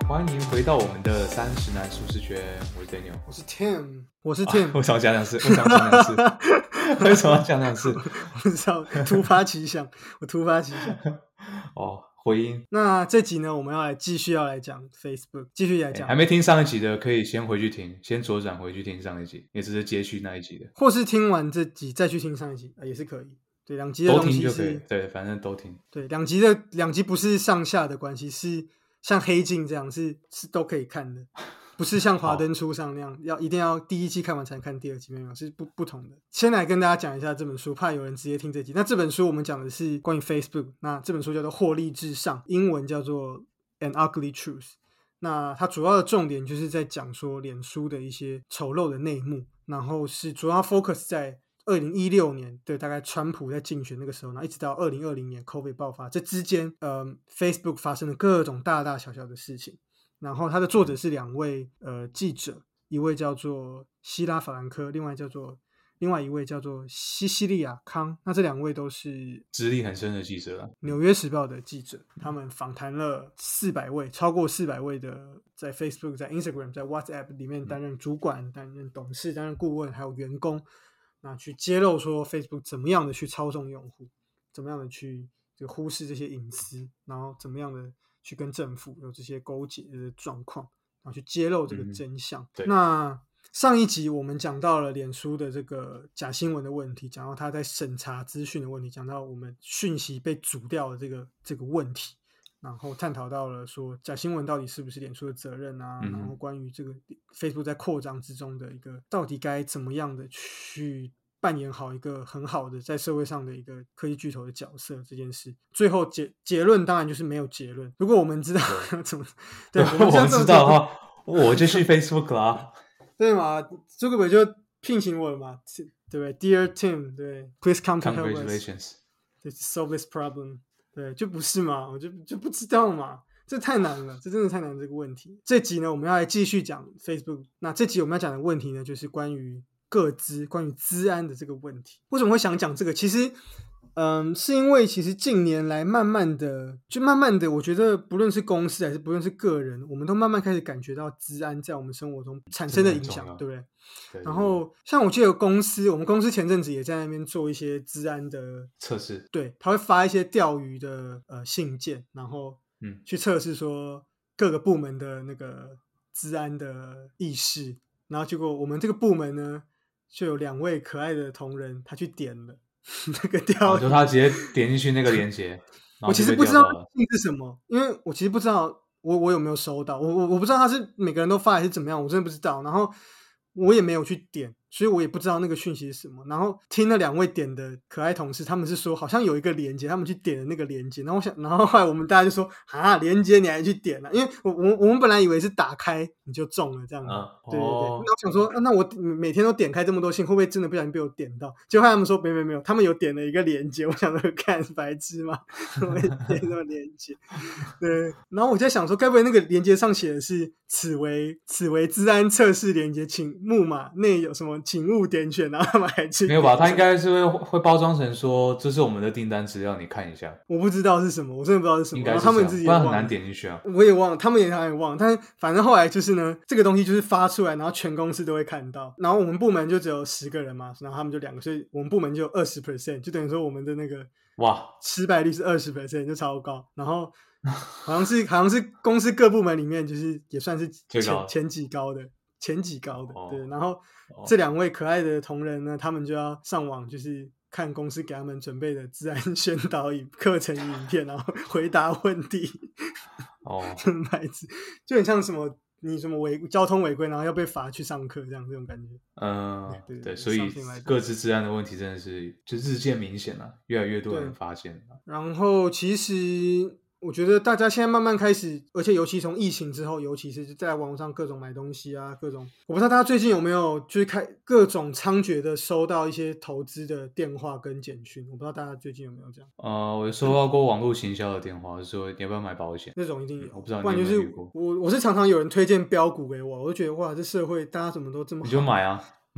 欢迎回到我们的30男舒适圈，我是 Daniel， 我是 Tim， 我是 Tim，、 我想讲两次，为什么要讲两次？ 我不知道，突发奇想，我突发奇想。 哦，回音。 那这集呢，我们继续要来讲 Facebook， 继续来讲。 还没听上一集的，可以先回去听，先左转回去听上一集，也只是接续那一集的， 或是听完这集再去听上一集，也是可以。对，两集的东西都听就可以，对，反正都听。 对，两集不是上下的关系，是像黑镜这样，是都可以看的。不是像华灯初上那样，一定要第一季看完才能看第二季，没有，是不同的。先来跟大家讲一下这本书，怕有人直接听这集。那这本书我们讲的是关于 Facebook， 那这本书叫做《获利至上》，英文叫做 An Ugly Truth。那它主要的重点就是在讲说脸书的一些丑陋的内幕，然后是主要 focus 在2016年的大概川普在竞选那个时候，然后一直到2020年 COVID 爆发，这之间Facebook 发生了各种大大小小的事情。然后他的作者是两位记者，一位叫做希拉法兰科，另外一位叫做西西利亚康。那这两位都是资历很深的记者啊， 纽约时报的记者，他们访谈了超过400位的在 Facebook、在 Instagram、在 WhatsApp 里面担任主管、担任董事、担任顾问，还有员工，那去揭露说 Facebook 怎么样的去操纵用户，怎么样的去忽视这些隐私，然后怎么样的去跟政府有这些勾结的状况，然后去揭露这个真相。那上一集我们讲到了脸书的这个假新闻的问题，讲到他在审查资讯的问题，讲到我们讯息被阻掉的这个问题，然后探讨到了说假新闻到底是不是脸书的责任啊，然后关于这个 Facebook 在扩张之中的一个到底该怎么样的去扮演好一个很好的在社会上的一个科技巨头的角色这件事。最后结论当然就是没有结论。如果我们知道怎么对我们知道的话，我就去 Facebook 啦。 对嘛，朱克伯就聘请我了嘛，对不对 ？Dear Tim， 对 ，Please come to help us to solve this problem。对，就不是嘛，我就不知道嘛，这太难了，这真的太难这个问题。这集呢，我们要来继续讲 Facebook。那这集我们要讲的问题呢，就是关于关于资安的这个问题。为什么会想讲这个？其实是因为其实近年来慢慢的我觉得不论是公司还是不论是个人，我们都慢慢开始感觉到资安在我们生活中产生的影响，对不对？对。然后像我记得我们公司前阵子也在那边做一些资安的测试， 对，他会发一些钓鱼的信件，然后去测试说各个部门的那个资安的意识，然后结果我们这个部门呢就有2位可爱的同仁，他去点了那个钓鱼， 就他直接点进去那个连结， 我其实不知道信是什么，因为我其实不知道我有没有收到，我不知道他是每个人都发还是怎么样，我真的不知道。然后我也没有去点，所以我也不知道那个讯息是什么。然后听了2位点的可爱同事，他们是说好像有一个连结，他们去点了那个连结。然后后来我们大家就说连结你还去点了，因为我们本来以为是打开你就中了这样子，对。那我想说那我每天都点开这么多信，会不会真的不小心被我点到？结果他们说没有，他们有点了一个连结。我想说看白痴吗？我会点那个连结，对。然后我在想说，该不会那个连结上写的是此为资安测试连结，请木马内有什么请勿点选，然后他们还去没有吧？他应该是会包装成说这是我们的订单资料，你看一下。 我不知道是什么，我真的不知道是什么。 应该是他们自己也忘了， 不然很难点进去啊。 我也忘了，他们也忘了。但是反正后来就是呢，这个东西就是发出来，然后全公司都会看到。然后我们部门就只有10个人嘛，然后他们就2个，所以我们部门就有 20%， 就等于说我们的那个失败率是 20%， 就超高。然后好像是公司各部门里面就是也算是前几高的。对。然后这2位可爱的同仁呢，他们就要上网就是看公司给他们准备的资安宣导课程影片，然后回答问题。白痴，就很像什么你什么交通违规，然后要被罚去上课这种感觉。 对，所以各自治安的问题真的是就日渐明显了，越来越多人发现。 然后其实我觉得大家现在慢慢开始，而且尤其从疫情之后，尤其是在网络上各种买东西啊，各种，我不知道大家最近有没有就是各种猖獗的收到一些投资的电话跟简讯，我不知道大家最近有没有这样。 我有收到过网络行销的电话，说你要不要买保险， 那种一定有。 我不知道你有没有遇过。我是常常有人推荐标股给我，我就觉得哇，这社会大家怎么都这么好， 你就买啊，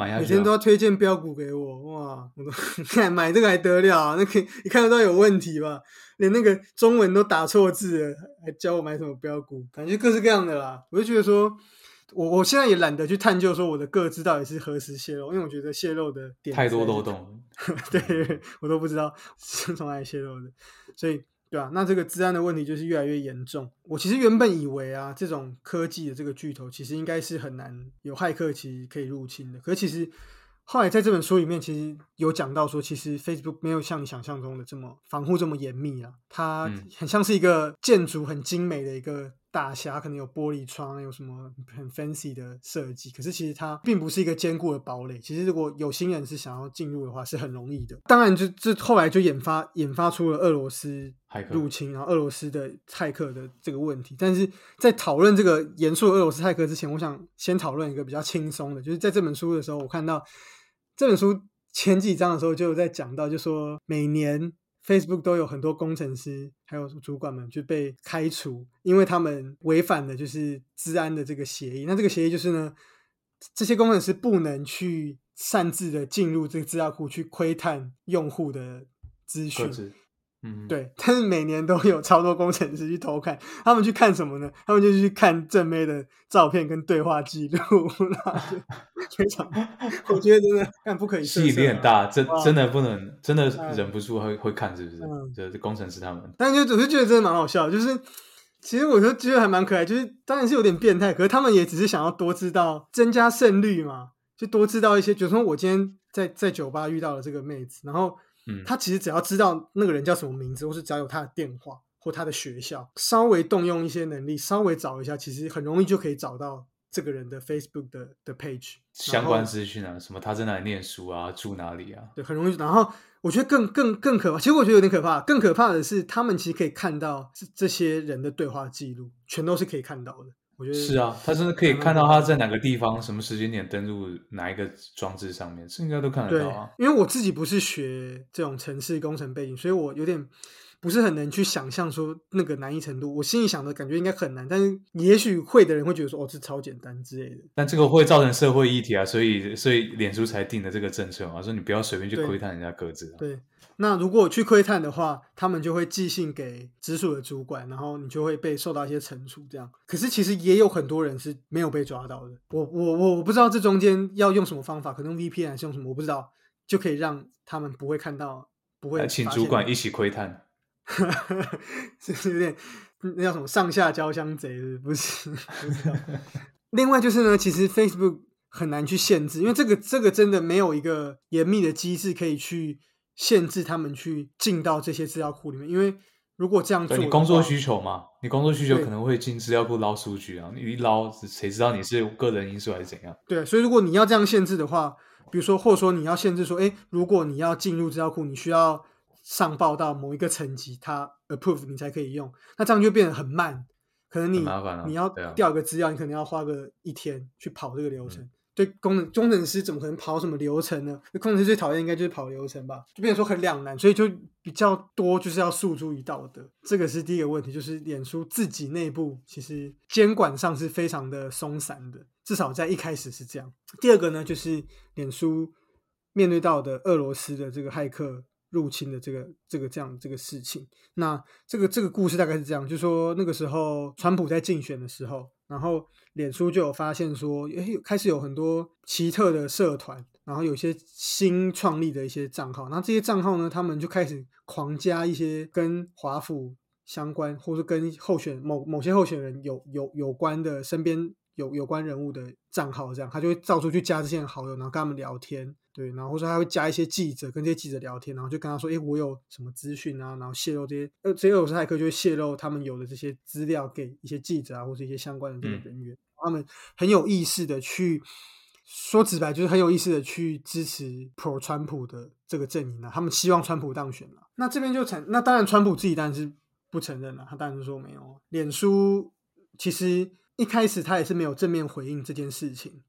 买下去啊， 每天都要推荐标股给我，哇！我都看买这个还得了啊？那可以一看得到有问题吧？连那个中文都打错字了，还教我买什么标股，感觉各式各样的啦。我就觉得说，我现在也懒得去探究说我的个资到底是何时泄露，因为我觉得泄露的点太多漏洞， 对我都不知道是从哪里泄露的，所以。对啊，那这个治安的问题就是越来越严重。我其实原本以为啊，这种科技的这个巨头其实应该是很难有骇客其实可以入侵的。可是其实后来在这本书里面，其实有讲到说，其实 Facebook 没有像你想象中的这么防护这么严密啊。它很像是一个建筑很精美的一个大厦，可能有玻璃窗，有什么很 fancy 的设计。可是其实它并不是一个坚固的堡垒。其实如果有心人是想要进入的话，是很容易的。当然这后来就演发出了俄罗斯入侵，然后俄罗斯的骇客的这个问题。但是在讨论这个严肃的俄罗斯骇客之前，我想先讨论一个比较轻松的，就是在这本书的时候，我看到这本书前几章的时候就有在讲到，就说每年 Facebook 都有很多工程师还有主管们就被开除，因为他们违反了就是资安的这个协议。那这个协议就是呢，这些工程师不能去擅自的进入这个资料库去窥探用户的资讯。对，但是每年都有超多工程师去偷看，他们去看什么呢？他们就去看正妹的照片跟对话记录，然后就非常，我觉得真的看不可以吸引力很大，真的不能，真的忍不住会看，是不是？就是工程师他们， 但我就觉得真的蛮好笑，就是其实我就觉得还蛮可爱，就是当然是有点变态，可是他们也只是想要多知道，增加胜率嘛，就多知道一些，比如说我今天在酒吧遇到了这个妹子，然后。他其实只要知道那个人叫什么名字，或是只要有他的电话或他的学校，稍微动用一些能力，稍微找一下，其实很容易就可以找到这个人的 Facebook 的 page 相关资讯啊，什么他在哪里念书啊，住哪里啊， 对，很容易。然后我觉得更可怕，其实我觉得有点可怕。更可怕的是，他们其实可以看到这些人的对话记录，全都是可以看到的。我觉得是啊，他真的可以看到他在哪个地方、什么时间点登录哪一个装置上面，这应该都看得到啊。 因为我自己不是学这种程式工程背景，所以我有点不是很能去想象说那个难易程度。我心里想的感觉应该很难，但是也许会的人会觉得说，哦，这超简单之类的。 但这个会造成社会议题啊，所以脸书才定的这个政策嘛，说你不要随便去窥探人家个资啊。 对。那如果去窥探的话，他们就会寄信给直属的主管，然后你就会被受到一些惩处。这样，可是其实也有很多人是没有被抓到的。我不知道这中间要用什么方法，可能用 VPN 还是用什么，我不知道，就可以让他们不会看到，不会请主管一起窥探， 是有点那叫什么上下交相贼，不是？不知道。另外就是呢，其实 Facebook 很难去限制，因为这个真的没有一个严密的机制可以去。限制他们去进到这些资料库里面，因为如果这样做， 你工作需求嘛，你工作需求可能会进资料库捞数据啊，你一捞，谁知道你是个人因素还是怎样？ 对，所以如果你要这样限制的话，比如说，或者说你要限制说，如果你要进入资料库，你需要上报到某一个层级，它 approve 你才可以用，那这样就变得很慢，可能你要调一个资料，你可能要花个1天去跑这个流程。对工程师怎么可能跑什么流程呢？工程师最讨厌应该就是跑流程吧，就变成说很两难，所以就比较多就是要诉诸于道德，这个是第一个问题，就是脸书自己内部其实监管上是非常的松散的，至少在一开始是这样。第二个呢，就是脸书面对到的俄罗斯的这个骇客入侵的这个事情。那这个故事大概是这样，就是说那个时候川普在竞选的时候，然后脸书就有发现说，开始有很多奇特的社团，然后有些新创立的一些账号，然后这些账号呢，他们就开始狂加一些跟华府相关，或是跟某些候选人有关的身边有关人物的账号，这样他就会到处去加这些好友，然后跟他们聊天。对，然后或者他会加一些记者，跟这些记者聊天，然后就跟他说，我有什么资讯啊，然后泄露这些俄罗斯骇客就会泄露他们有的这些资料给一些记者啊，或者一些相关的这个人员，他们很有意识的去说直白，就是很有意识的去支持 pro 川普的这个阵营啊，他们希望川普当选了。那这边那当然川普自己当然是不承认了，他当然就说没有。脸书其实一开始他也是没有正面回应这件事情。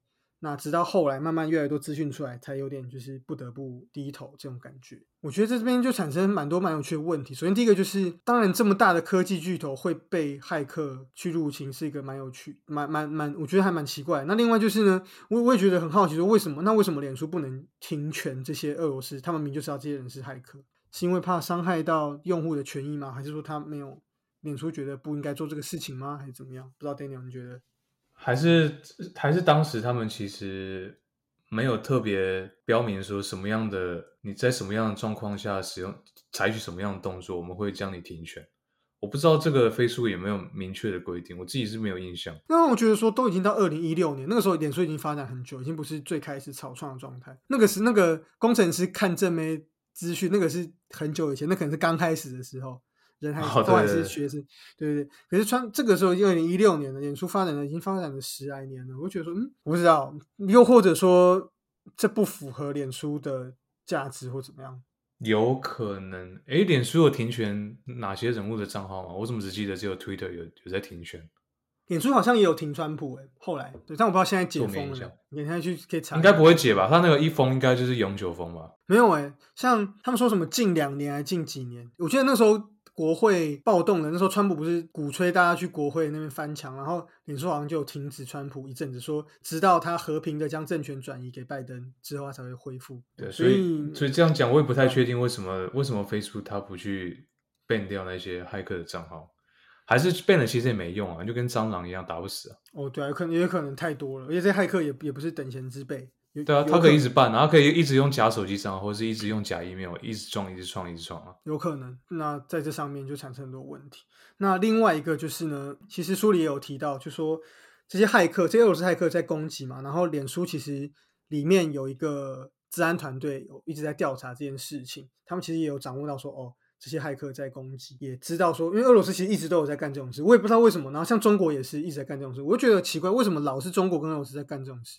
那直到后来慢慢越来越多资讯出来，才有点就是不得不低头这种感觉。我觉得在这边就产生蛮有趣的问题。首先第一个就是，当然这么大的科技巨头会被骇客去入侵，是一个蛮有趣、我觉得还蛮奇怪。那另外就是呢，我也觉得很好奇，说为什么脸书不能停权这些俄罗斯？他们明就知道这些人是骇客，是因为怕伤害到用户的权益吗？还是说他没有脸书觉得不应该做这个事情吗？还是怎么样？不知道 Daniel 你觉得？ 还是当时他们其实没有特别标明说你在什么样的状况下采取什么样的动作，我们会将你停权。我不知道这个飞书有没有明确的规定，我自己是没有印象。 那我觉得说都已经到2016年，那个时候脸书已经发展很久，已经不是最开始草创的状态。那个是那个工程师看正妹资讯，那个是很久以前，那可能是刚开始的时候。人都还是学生，对。可是这个时候2016年的脸书已经发展了10来年了，我就觉得说，我不知道，又或者说这不符合脸书的价值或怎么样？ 有可能，脸书有停权哪些人物的账号吗？我怎么只记得只有 Twitter 有在停权？ 脸书好像也有停川普，后来对，但我不知道现在解封了。你现在去可以查， 应该不会解吧？他那个一封应该就是永久封吧？ 没有像他们说什么近2年还近几年，我记得那时候国会暴动了，那时候川普不是鼓吹大家去国会那边翻墙，然后脸书好像就有停止川普一阵子，说直到他和平的将政权转移给拜登之后，他才会恢复。 对，所以这样讲，我也不太确定为什么 Facebook 他不去 ban 掉那些骇客的账号，还是 ban 了其实也没用啊，就跟蟑螂一样打不死啊。 对啊，也可能太多了，而且这些骇客也不是等闲之辈。 对啊，他可以一直办，然后可以一直用假手机账号，或者是一直用假 email，一直创啊。 有可能，那在这上面就产生很多问题。那另外一个就是呢，其实书里也有提到，就说这些俄罗斯骇客在攻击嘛，然后脸书其实里面有一个治安团队一直在调查这件事情，他们其实也有掌握到说，这些骇客在攻击，也知道说，因为俄罗斯其实一直都有在干这种事，我也不知道为什么。然后像中国也是一直在干这种事，我就觉得奇怪，为什么老是中国跟俄罗斯在干这种事？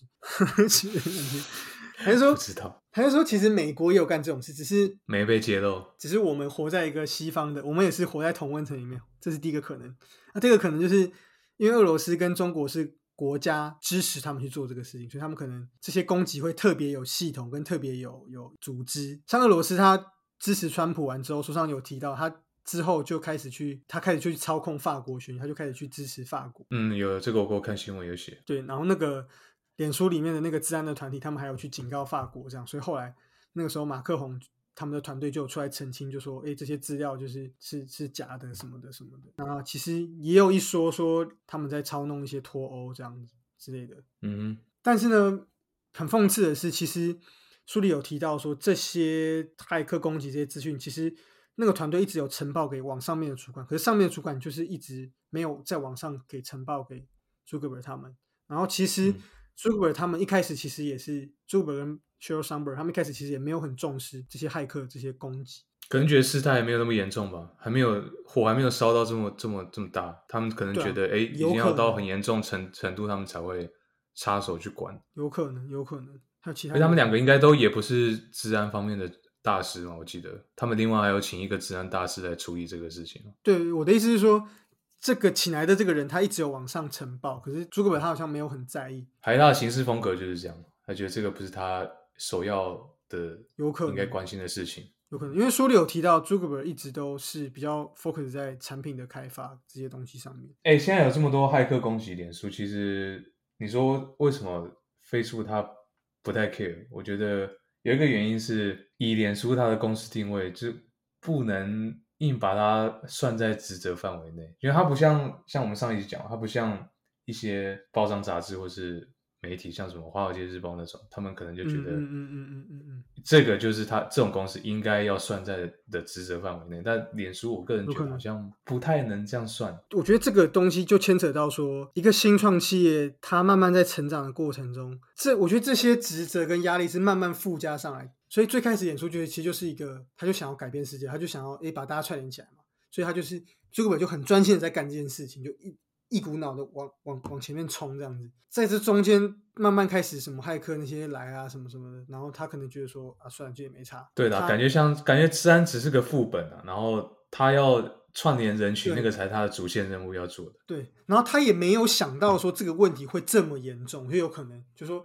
还是说不知道？ 还是说其实美国也有干这种事，只是没被揭露， 只是我们活在一个西方的，我们也是活在同温层里面，这是第一个可能。那第二个可能就是因为俄罗斯跟中国是国家支持他们去做这个事情，所以他们可能这些攻击会特别有系统跟特别有组织。像俄罗斯他支持川普完之后，书上有提到他之后就开始去操控法国选举，他就开始去支持法国。 有这个我看新闻有写。 对，然后那个脸书里面的那个治安的团体，他们还有去警告法国这样，所以后来那个时候马克宏他们的团队就有出来澄清，就说这些资料是假的什么的。那其实也有一说他们在操弄一些脱欧这样子之类的。但是呢，很讽刺的是，其实书里有提到说，这些骇客攻击这些资讯，其实那个团队一直有呈报给往上面的主管，可是上面的主管就是一直没有在网上给呈报给朱克伯他们。然后其实朱克伯他们一开始其实也是朱克伯跟 Sheryl Sandberg 他们一开始其实也没有很重视这些骇客这些攻击， 可能觉得事态还没有那么严重吧，火还没有烧到这么大，他们可能觉得已经要到很严重程度，他们才会插手去管。 有可能。还有其他， 他们两个应该都也不是治安方面的大师嘛，我记得他们另外还有请一个治安大师来处理这个事情。 对，我的意思是说，这个请来的这个人他一直有往上呈报，可是朱克伯他好像没有很在意， 还有他的行事风格就是这样，他觉得这个不是他首要的应该关心的事情。 有可能，因为书里有提到朱克伯一直都是比较 focus 在产品的开发这些东西上面。 现在有这么多骇客攻击脸书，其实你说为什么 Facebook 它不太 care？ 我觉得有一个原因是以脸书它的公司定位就不能硬把它算在职责范围内，因为它不像我们上一集讲，它不像一些报章杂志或是媒体，像什么《华尔街日报》那种，他们可能就觉得这个就是他这种公司应该要算在的职责范围内，但脸书我个人觉得好像不太能这样算。 我觉得这个东西就牵扯到说，一个新创企业它慢慢在成长的过程中，我觉得这些职责跟压力是慢慢附加上来，所以最开始脸书觉得其实就是一个，他就想要改变世界，他就想要把大家串联起来嘛，所以他就是朱克伯就很专心的在干这件事情，就一股脑的往前面冲这样子，在这中间慢慢开始什么骇客那些来啊什么什么的，然后他可能觉得说算了，这也没差。 对的，感觉治安只是个副本啊，然后他要串联人群，那个才是他的主线任务要做的。 对，然后他也没有想到说这个问题会这么严重，就有可能就说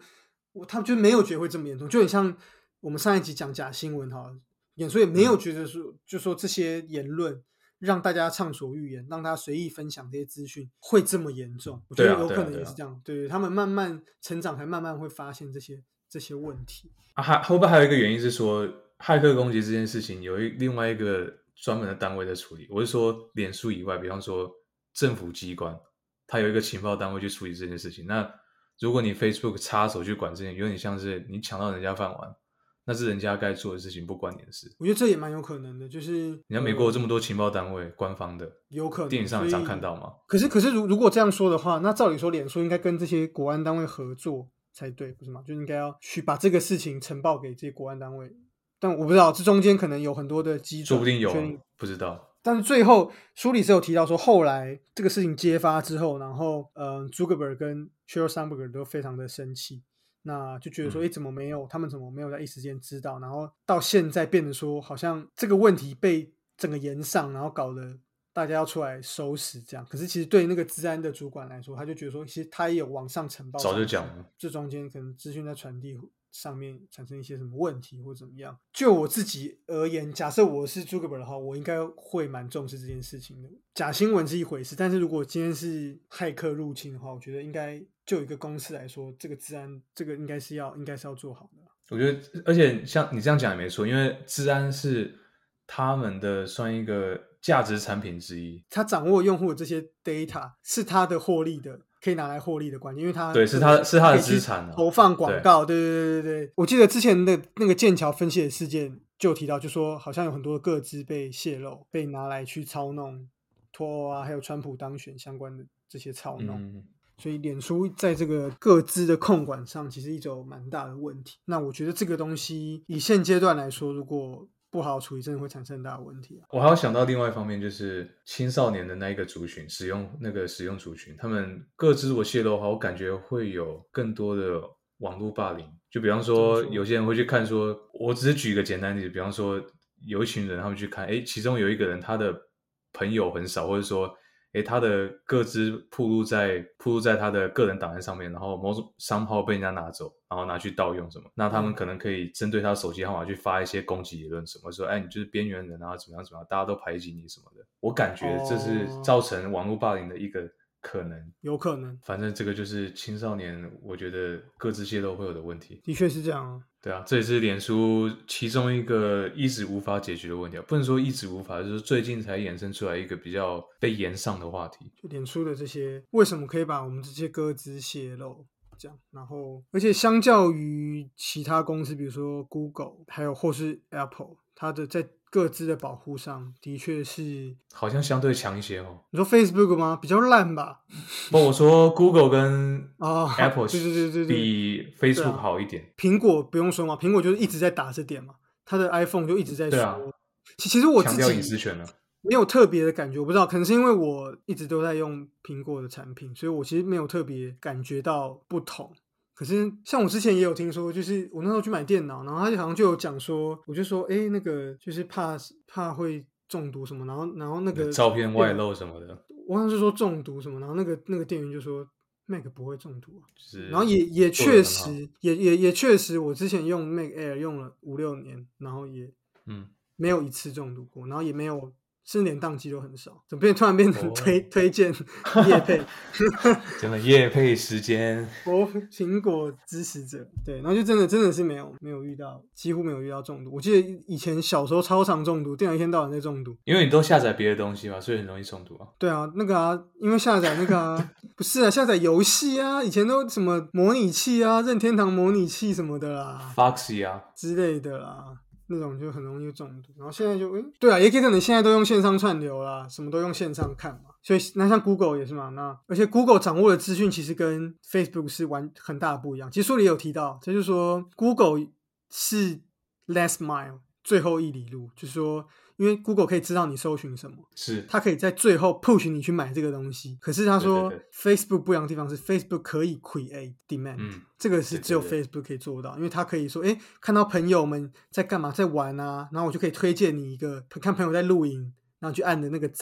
他就没有觉得会这么严重，就很像我们上一集讲假新闻哈，脸书也没有觉得说，就说这些言论让大家畅所欲言，让大家随意分享这些资讯会这么严重。我觉得有可能也是这样，对，他们慢慢成长，才慢慢会发现这些问题。 会不会还有一个原因是说，骇客攻击这件事情有另外一个专门的单位在处理？我是说，脸书以外，比方说政府机关，它有一个情报单位去处理这件事情。那如果你 Facebook 插手去管这件，有点像是你抢到人家饭碗，那是人家该做的事情，不关你的事。 我觉得这也蛮有可能的，就是人家美国有这么多情报单位，官方的， 有可能电影上也常看到嘛。 可是如果这样说的话，那照理说，脸书应该跟这些国安单位合作才对，不是吗？就应该要去把这个事情呈报给这些国安单位。但我不知道，这中间可能有很多的机转， 说不定有，不知道。 但是最后书里是有提到说，后来这个事情揭发之后，然后Zuckerberg 跟 Sheryl Sandberg 都非常的生气，那就觉得说，怎么没有他们怎么没有在一时间知道？然后到现在变得说，好像这个问题被整个延上，然后搞得大家要出来收拾这样。可是其实对那个治安的主管来说，他就觉得说，其实他也有往上呈报， 早就讲了， 这中间可能资讯在传递上面产生一些什么问题或怎么样。就我自己而言，假设我是 Zuckerberg 的话，我应该会蛮重视这件事情的。假新闻是一回事，但是如果今天是骇客入侵的话，我觉得应该就有一个公司来说，这个治安这个应该是要做好的。 我觉得，而且像你这样讲也没错，因为治安是他们的算一个价值产品之一， 他掌握用户的这些 data 是他的获利的，可以拿来获利的关键，因为他对是他的资产啊， 投放广告，对。我记得之前的那个剑桥分析的事件就有提到，就说好像有很多个资被泄露，被拿来去操弄脱欧啊，还有川普当选相关的这些操弄。所以脸书在这个个资的控管上其实一直有蛮大的问题。那我觉得这个东西以现阶段来说，如果不好好处理，真的会产生很大的问题。 我还要想到另外一方面，就是青少年的那一个族群，使用族群，他们个资如果泄露的话，我感觉会有更多的网络霸凌。就比方说，有些人会去看说，我只是举一个简单例子，比方说有一群人他们去看，其中有一个人他的朋友很少，或者说他的个资暴露在他的个人档案上面，然后某种商号被人家拿走，然后拿去盗用什么，那他们可能可以针对他的手机号码去发一些攻击言论，什么说你就是边缘人啊，怎么样，大家都排挤你什么的。我感觉这是造成网络霸凌的一个可能， 有可能。 反正这个就是青少年，我觉得个资泄露会有的问题。 的确是这样啊。 对啊，这也是脸书其中一个一直无法解决的问题，不能说一直无法，就是最近才衍生出来一个比较被延上的话题。 就脸书的这些为什么可以把我们这些个资泄露这样，然后而且相较于其他公司，比如说 Google 还有或是 Apple， 它的在个资的保护上的确是好像相对强一些哦。 你说 Facebook 吗？比较烂吧。 不，我说 Google 跟Apple 对比 Facebook 好一点。 苹果不用说嘛，苹果就是一直在打这点嘛，它的 iPhone 就一直在说。其实我自己强调隐私权了， 没有特别的感觉，我不知道，可能是因为我一直都在用苹果的产品，所以我其实没有特别感觉到不同。可是像我之前也有听说，就是我那时候去买电脑，然后他好像就有讲说，我就说那个就是怕会中毒什么，然后那个照片外露什么的， 我好像是说中毒什么，然后那个店员就说 Mac 不会中毒，然后也确实也确实，我之前用 Mac Air 用了5-6年，然后也没有一次中毒过，然后也没有。甚至连宕机都很少，怎么突然变成推荐业配？ 真的业配时间， 我苹果支持者，对，然后就真的是没有遇到，几乎没有遇到中毒。我记得以前小时候超常中毒，电脑一天到晚在中毒， 因为你都下载别的东西嘛，所以很容易中毒啊。 对啊，那个啊，因为下载那个啊，不是啊，下载游戏啊，以前都什么模拟器啊，任天堂模拟器什么的啦 ，Foxy 啊之类的啦。那种就很容易中毒，然后现在就对啊，也可能现在都用线上串流啦，什么都用线上看嘛，所以那像 Google 也是嘛，那而且 Google 掌握的资讯其实跟 Facebook 是很大的不一样。其实书里有提到，就是说 Google 是 last mile 最后一里路，就是说因为 Google 可以知道你搜寻什么， 是它可以在最后 push 你去买这个东西。可是他说对 Facebook 不一样的地方是 Facebook 可以 create demand，这个是只有 Facebook 可以做到，因为它可以说看到朋友们在干嘛在玩啊，然后我就可以推荐你一个，看朋友在露营，然后去按的那个赞，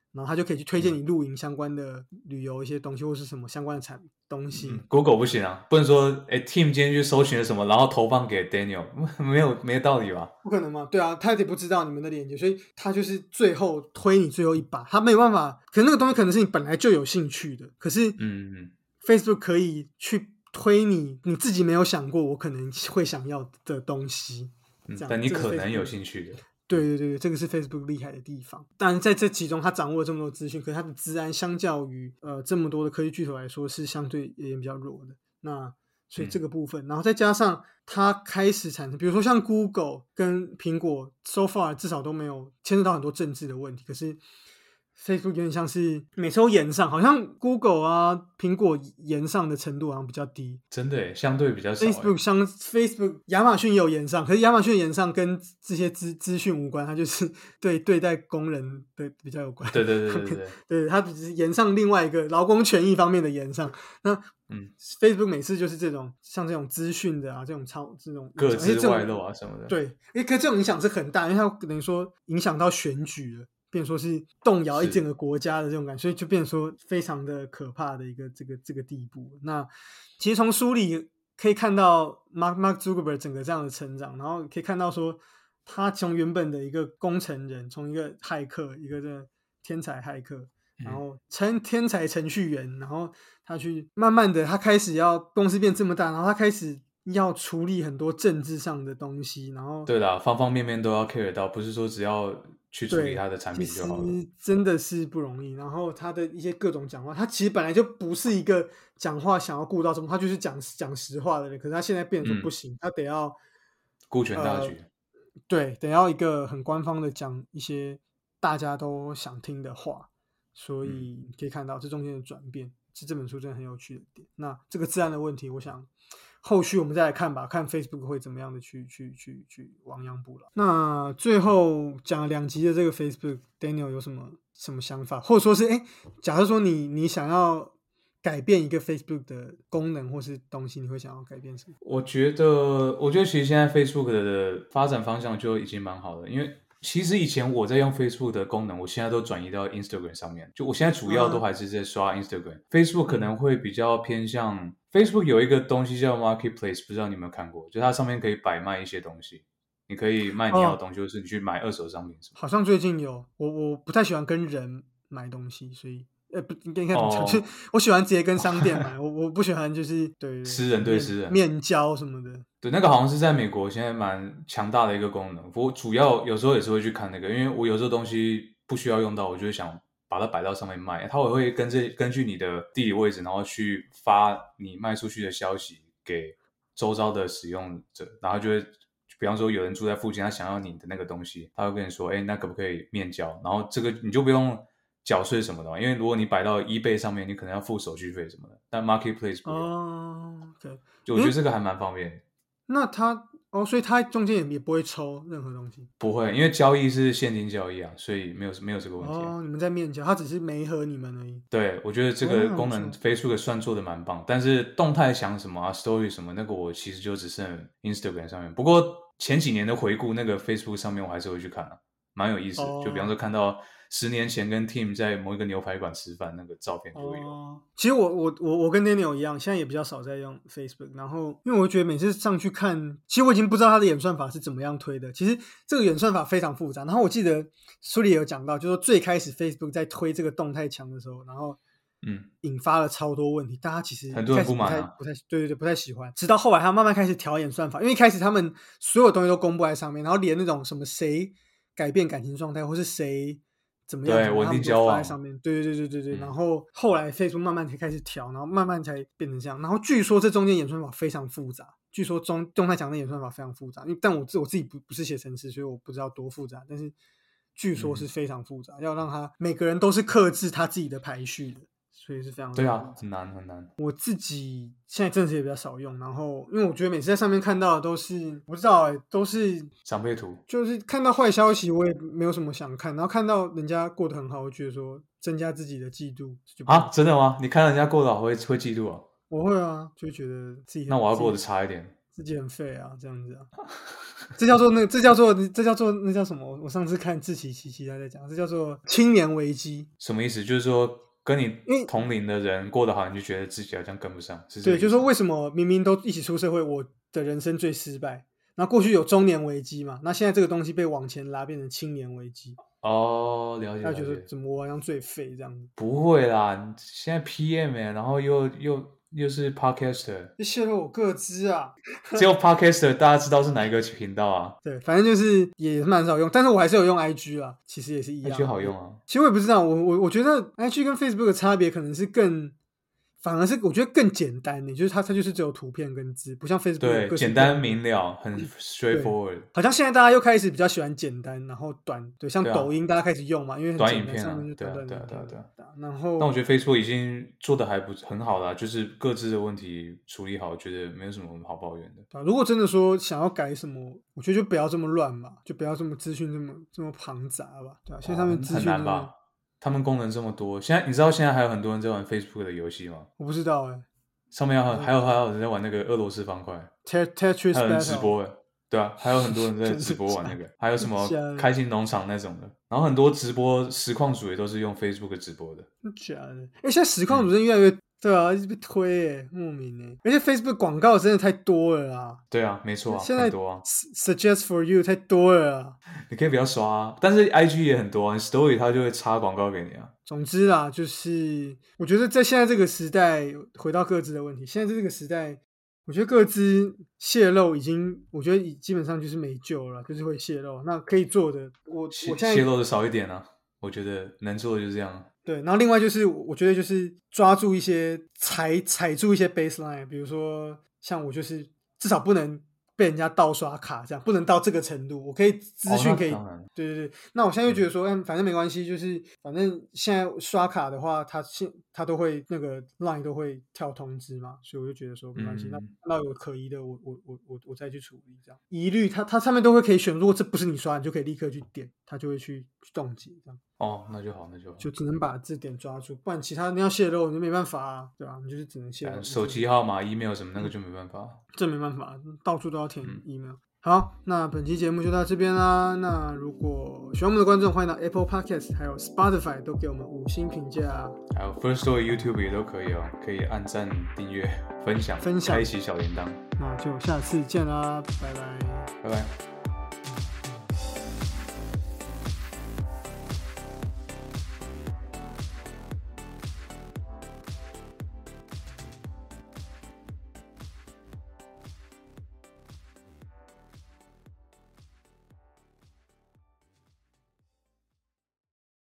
然后他就可以去推荐你露营相关的旅游一些东西，或是什么相关的东西。 Google 不行啊，不能说Tim 今天去搜寻了什么，然后投放给 Daniel， 没有道理吧？ 不可能嘛？对啊，他也不知道你们的链接，所以他就是最后推你最后一把，他没有办法。可是那个东西可能是你本来就有兴趣的，可是Facebook 可以去推你自己没有想过我可能会想要的东西， 但你可能有兴趣的。 对，这个是 Facebook 厉害的地方。当然在这其中他掌握了这么多资讯，可是他的资安相较于这么多的科技巨头来说是相对而言比较弱的。那所以这个部分，然后再加上它开始产生，比如说像 Google 跟苹果 so far 至少都没有牵涉到很多政治的问题，可是 Facebook 有点像是每次都延上，好像 Google 啊苹果延上的程度好像比较低， 真的耶，相对比较少。 Facebook 亚马逊也有延上，可是亚马逊的延上跟这些资讯无关，它就是对待工人的比较有关。 对对，它只是延上另外一个劳工权益方面的延上。那Facebook 每次就是这种像这种资讯的啊，这种个资外露啊什么的。 对，可这种影响是很大，因为它等于说影响到选举了。变成说是动摇一整个国家的这种感觉，所以就变成说非常的可怕的一个这个地步。那其实从书里可以看到 Mark Zuckerberg 整个这样的成长，然后可以看到说他从原本的一个工程人，从一个骇客，一个这天才骇客，然后天才程序员，然后他去慢慢的他开始要公司变这么大，然后他开始要处理很多政治上的东西，然后对啦，方方面面都要 care 到，不是说只要去处理他的产品就好了。 其实真的是不容易。然后他的一些各种讲话，他其实本来就不是一个讲话想要顾到什么，他就是讲实话的人。可是他现在变成说不行，他得要顾全大局。 对，得要一个很官方的讲一些大家都想听的话。所以可以看到这中间的转变，是这本书真的很有趣的点。那这个治安的问题，我想后续我们再来看吧，看 Facebook 会怎么样的去亡羊补牢。那最后讲了2集的这个 Facebook，Daniel 有什么想法，或者说是假设说你想要改变一个 Facebook 的功能或是东西，你会想要改变什么？ 我觉得其实现在 Facebook 的发展方向就已经蛮好的，因为其实以前我在用 Facebook 的功能，我现在都转移到 Instagram 上面。就我现在主要都还是在刷 Instagram。Facebook 可能会比较偏向 Facebook 有一个东西叫 Marketplace， 不知道你有没有看过？就它上面可以摆卖一些东西，你可以卖你要的东西，或是你去买二手商品什么。 好像最近有，我不太喜欢跟人买东西，所以不应该怎么讲？就是我喜欢直接跟商店买，我不喜欢就是对私人对私人面交什么的。 对，那个好像是在美国现在蛮强大的一个功能。我主要有时候也是会去看那个，因为我有时候东西不需要用到，我就会想把它摆到上面卖。它也会根据你的地理位置，然后去发你卖出去的消息给周遭的使用者，然后就会，比方说有人住在附近，他想要你的那个东西，他会跟你说，那可不可以面交？然后这个你就不用缴税什么的嘛，因为如果你摆到 eBay 上面，你可能要付手续费什么的，但 Marketplace 不用。 OK， 就我觉得这个还蛮方便的。 那所以它中间也不会抽任何东西， 不会，因为交易是现金交易啊，所以没有这个问题你们在面交，它只是媒合你们而已。 对，我觉得这个功能Facebook 算做的蛮棒，但是动态墙什么啊 ，Story 什么那个我其实就只剩 Instagram 上面。不过前几年的回顾，那个 Facebook 上面我还是会去看啊，蛮有意思的。就比方说看到10年前跟 Tim 在某一个牛排馆吃饭那个照片就会有。 其实我跟 Daniel 一样，现在也比较少在用 Facebook， 然后因为我觉得每次上去看，其实我已经不知道它的演算法是怎么样推的。其实这个演算法非常复杂。然后我记得书里有讲到，就是说最开始 Facebook 在推这个动态墙的时候，然后引发了超多问题，大家其实很多人不满啊， 不太喜欢。直到后来他慢慢开始调演算法，因为一开始他们所有东西都公布在上面，然后连那种什么谁改变感情状态，或是谁怎么样， 对，稳定交往在上面，对。然后后来 Facebook 慢慢才开始调，然后慢慢才变成这样。然后据说这中间演算法非常复杂，据说动态墙的演算法非常复杂，但我自己不是写程式，所以我不知道多复杂，但是据说是非常复杂，要让他每个人都是克制他自己的排序的。所以是非常对啊，很难。 我自己现在真的是也比较少用，然后因为我觉得每次在上面看到的都是不知道都是长辈图， 就是看到坏消息我也没有什么想看，然后看到人家过得很好，我觉得说增加自己的嫉妒啊，真的吗？你看到人家过得好会嫉妒啊？ 我会啊，就觉得自己那我要过得差一点， 自己很废啊，这样子啊。 这叫做那叫什么？我上次看志祺七七他在讲，这叫做青年危机。 什么意思？就是说跟你因为同龄的人过得好，你就觉得自己好像跟不上，是这对， 个意思就是说为什么明明都一起出社会，我的人生最失败？那过去有中年危机嘛？那现在这个东西被往前拉，变成青年危机。 哦，了解他觉得了解。 怎么我好像最废这样子？ 不会啦，现在 PM 然后又是 Podcaster， 就泄露我个资啊！ 只有 Podcaster 大家知道是哪一个频道啊对，反正就是也蛮少用，但是我还是有用 IG 啦，其实也是一样。 ？IG 好用啊。 其实我也不知道，我觉得 IG 跟 Facebook 的差别可能是反而是我觉得更简单的，就是它就是只有图片跟字，不像 Facebook 有对， 各式简单明了，很 straightforward。 好像现在大家又开始比较喜欢简单，然后短，对，像对啊抖音大家开始用嘛，因为很短简单， 影片啊上面就短短对啊的。 对啊对啊然后， 但我觉得 Facebook 已经做的还不很好了，就是各自的问题处理好，我觉得没有什么好抱怨的。 如果真的说想要改什么，我觉得就不要这么乱嘛，就不要这么资讯这么庞杂吧，对吧？现在上面资讯很难吧？他们功能这么多，你知道现在还有很多人在玩 Facebook 的游戏吗？ 我不知道哎、 上面还有人在玩那个俄罗斯方块， Tetris 还有人直 Battle 播的，对啊，还有很多人在直播玩那个，还有什么假的开心农场那种的，然后很多直播实况主也都是用 Facebook 直播的。 假的，现在实况主真的越来越、对啊，一直被推耶，莫名耶，而且 Facebook 广告真的太多了啦。 对啊，没错啊， 现在很多啊， suggest for you 太多了啊。 你可以不要刷啊，但是 IG 也很多啊，你 Story 它就会插广告给你啊。 总之啦，就是我觉得在现在这个时代，回到各自的问题，现在这个时代，我觉得各自泄露已经，我觉得基本上就是没救了，就是会泄露。那可以做的，我现在泄露的少一点啊，我觉得能做的就是这样。 对，然后另外就是我觉得就是抓住一些踩住一些 baseline，比如说像我就是至少不能被人家盗刷卡，这样不能到这个程度，我可以资讯可以， 当然对对对。那我现在就觉得说，反正没关系，就是反正现在刷卡的话，它都会那个 line 都会跳通知嘛，所以我就觉得说没关系。那看到有可疑的，我再去处理这样。疑虑它上面都会可以选，如果这不是你刷，你就可以立刻去点，它就会去冻结这样。 哦，那就好， 就只能把这点抓住，不然其他你要泄露你就没办法啊，对吧？你就是只能泄露。 手机号码、email 什么那个就没办法。 这没办法，到处都要填 email。好，那本期节目就到这边啦。那如果喜欢我们的观众，欢迎到 Apple Podcast 还有 Spotify 都给我们5星评价， 还有 First Story YouTube 也都可以哦，可以按赞、订阅、分享，开启小铃铛。 那就下次见啦，拜拜， 拜拜。